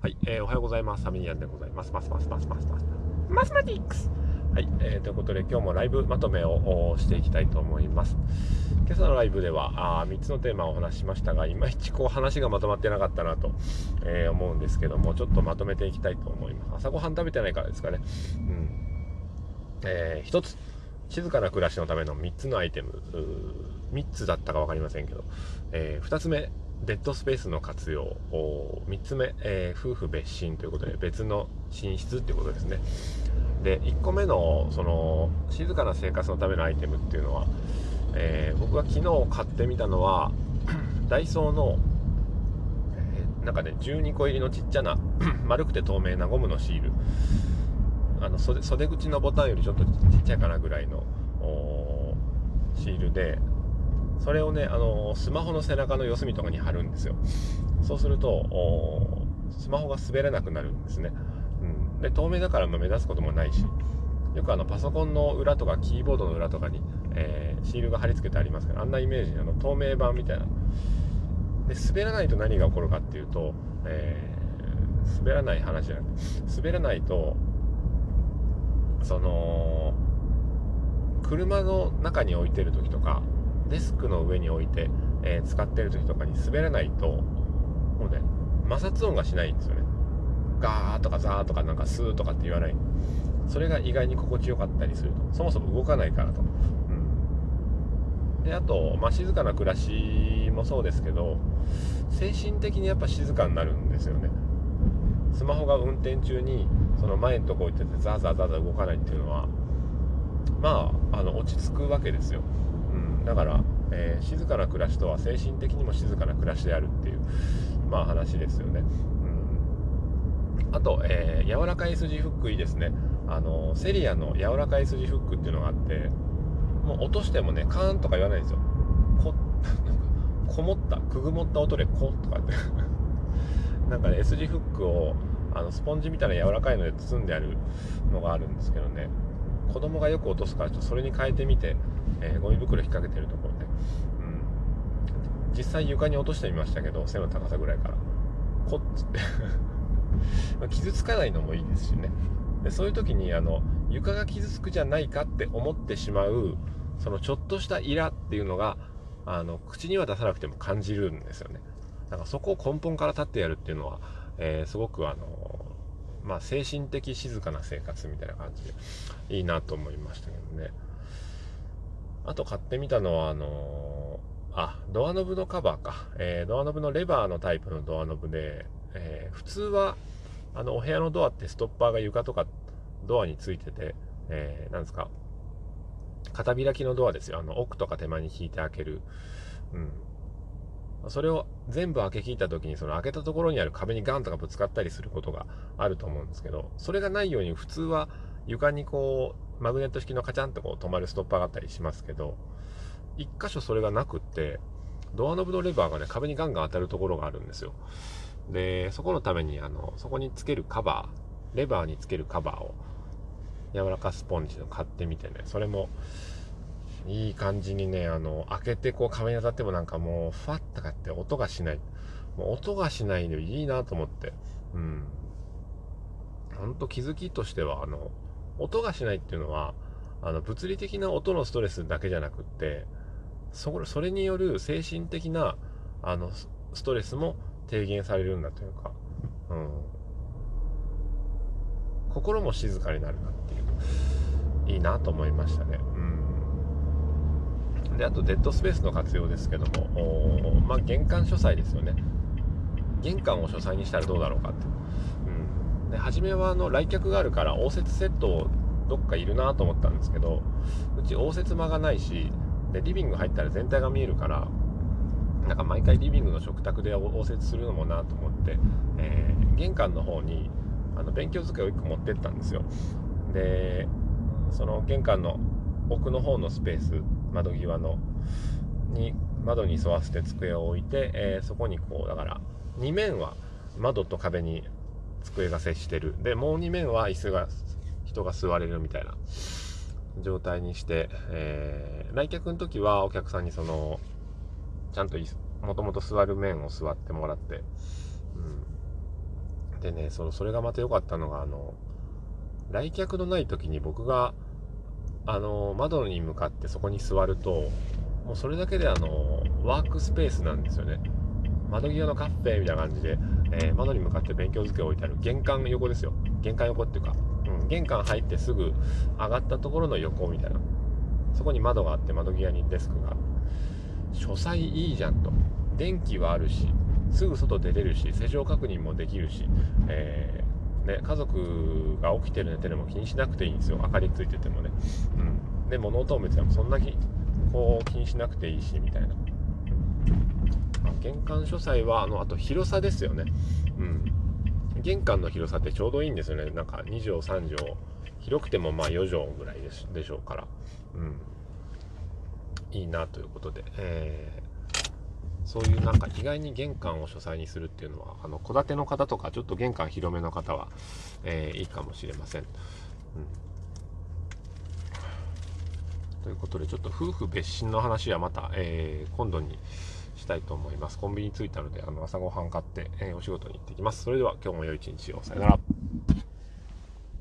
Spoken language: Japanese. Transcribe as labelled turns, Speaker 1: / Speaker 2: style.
Speaker 1: はい、おはようございます。サミニアンでございます。マスマティックス。はい、ということで今日もライブまとめをしていきたいと思います。今朝のライブでは3つのテーマをお話ししましたが、いまいち話がまとまってなかったなと、思うんですけども、ちょっとまとめていきたいと思います。朝ごはん食べてないからですかね。一つ、静かな暮らしのための3つのアイテム、3つだったか分かりませんけど、2つ目、デッドスペースの活用、3つ目、夫婦別寝ということで別の寝室っていうことですね。で1個目のその静かな生活のためのアイテムっていうのは、僕が昨日買ってみたのはダイソーの、なんかね12個入りのちっちゃな丸くて透明なゴムのシール、袖口のボタンよりちょっとちっちゃいかなぐらいのシールで、それをね、スマホの背中の四隅とかに貼るんですよ。そうするとスマホが滑らなくなるんですね。で透明だから目立つこともないし、よくパソコンの裏とかキーボードの裏とかに、シールが貼り付けてありますから、あんなイメージに透明板みたいな。で滑らないと何が起こるかっていうと、滑らない話じゃなくて、滑らないとその車の中に置いてる時とかデスクの上に置いて、使ってる時とかに滑らないともうね摩擦音がしないんですよね。ガーとかザーとかなんかスーとかって言わない。それが意外に心地よかったりすると。そもそも動かないからと。であと、静かな暮らしもそうですけど、精神的にやっぱ静かになるんですよね。スマホが運転中にその前のとこ置いててザーザーザーザー動かないっていうのは落ち着くわけですよ。だから、静かな暮らしとは精神的にも静かな暮らしであるっていう話ですよね。あと、柔らかい筋フックいいですね。セリアの柔らかい筋フックっていうのがあって、もう落としてもねカーンとか言わないんですよ。こもったくぐもった音でコとかってなんかね S 字フックをスポンジみたいな柔らかいので包んであるのがあるんですけどね、子供がよく落とすからちょっとそれに変えてみて、ゴミ袋引っ掛けてるところで、実際床に落としてみましたけど、背の高さぐらいからコッつって傷つかないのもいいですしね。でそういう時に床が傷つくじゃないかって思ってしまうそのちょっとしたイラっていうのが口には出さなくても感じるんですよね。だからそこを根本から立ってやるっていうのは、すごく精神的静かな生活みたいな感じでいいなと思いましたけどね。あと買ってみたのはドアノブのカバーか、ドアノブのレバーのタイプのドアノブで、普通はお部屋のドアってストッパーが床とかドアについてて、なんですか、片開きのドアですよ。奥とか手前に引いて開ける。それを全部開け切った時にその開けたところにある壁にガンとかぶつかったりすることがあると思うんですけど、それがないように普通は床にマグネット式のカチャンと止まるストッパーがあったりしますけど、一箇所それがなくって、ドアノブのレバーがね壁にガンガン当たるところがあるんですよ。でそこのためにそこにつけるカバー、レバーにつけるカバーを柔らかスポンジの買ってみてね、それもいい感じにね開けて壁に当たってもなんかもうファッとかって音がしない、もう音がしないのいいなと思って、ほんと気づきとしては音がしないっていうのは物理的な音のストレスだけじゃなくって、それによる精神的なストレスも低減されるんだというか、心も静かになるなっていう、いいなと思いましたね。であとデッドスペースの活用ですけども、玄関書斎ですよね。玄関を書斎にしたらどうだろうかって、で初めは来客があるから応接セットをどっかいるなと思ったんですけど、うち応接間がないし、でリビング入ったら全体が見えるから、なんか毎回リビングの食卓で応接するのもなと思って、玄関の方に勉強机を1個持ってったんですよ。でその玄関の奥の方のスペース、窓際の窓に沿わせて机を置いて、そこにだから2面は窓と壁に机が接してる、でもう2面は人が座れるみたいな状態にして、来客の時はお客さんにちゃんともともと座る面を座ってもらって、 でね、それがまた良かったのが、来客のない時に僕が窓に向かってそこに座ると、もうそれだけでワークスペースなんですよね。窓際のカフェみたいな感じで、窓に向かって勉強机を置いてある玄関横ですよ。玄関横っていうか、玄関入ってすぐ上がったところの横みたいな、そこに窓があって、窓際にデスクがあって、書斎いいじゃんと。電気はあるし、すぐ外出れるし、施錠確認もできるし、家族が起きてる寝てるも気にしなくていいんですよ。明かりついててもね。で物音も別にそんなにこう気にしなくていいしみたいな。玄関書斎はあと広さですよね。玄関の広さってちょうどいいんですよね。なんか2畳3畳、広くてもまあ4畳ぐらいでしょうから、いいなということで、そういうなんか意外に玄関を書斎にするっていうのは戸建ての方とかちょっと玄関広めの方は、いいかもしれません。ということで、ちょっと夫婦別寝の話はまた、今度にしたいと思います。コンビニ着いたので朝ごはん買って、お仕事に行ってきます。それでは今日も良い一日を。さよなら。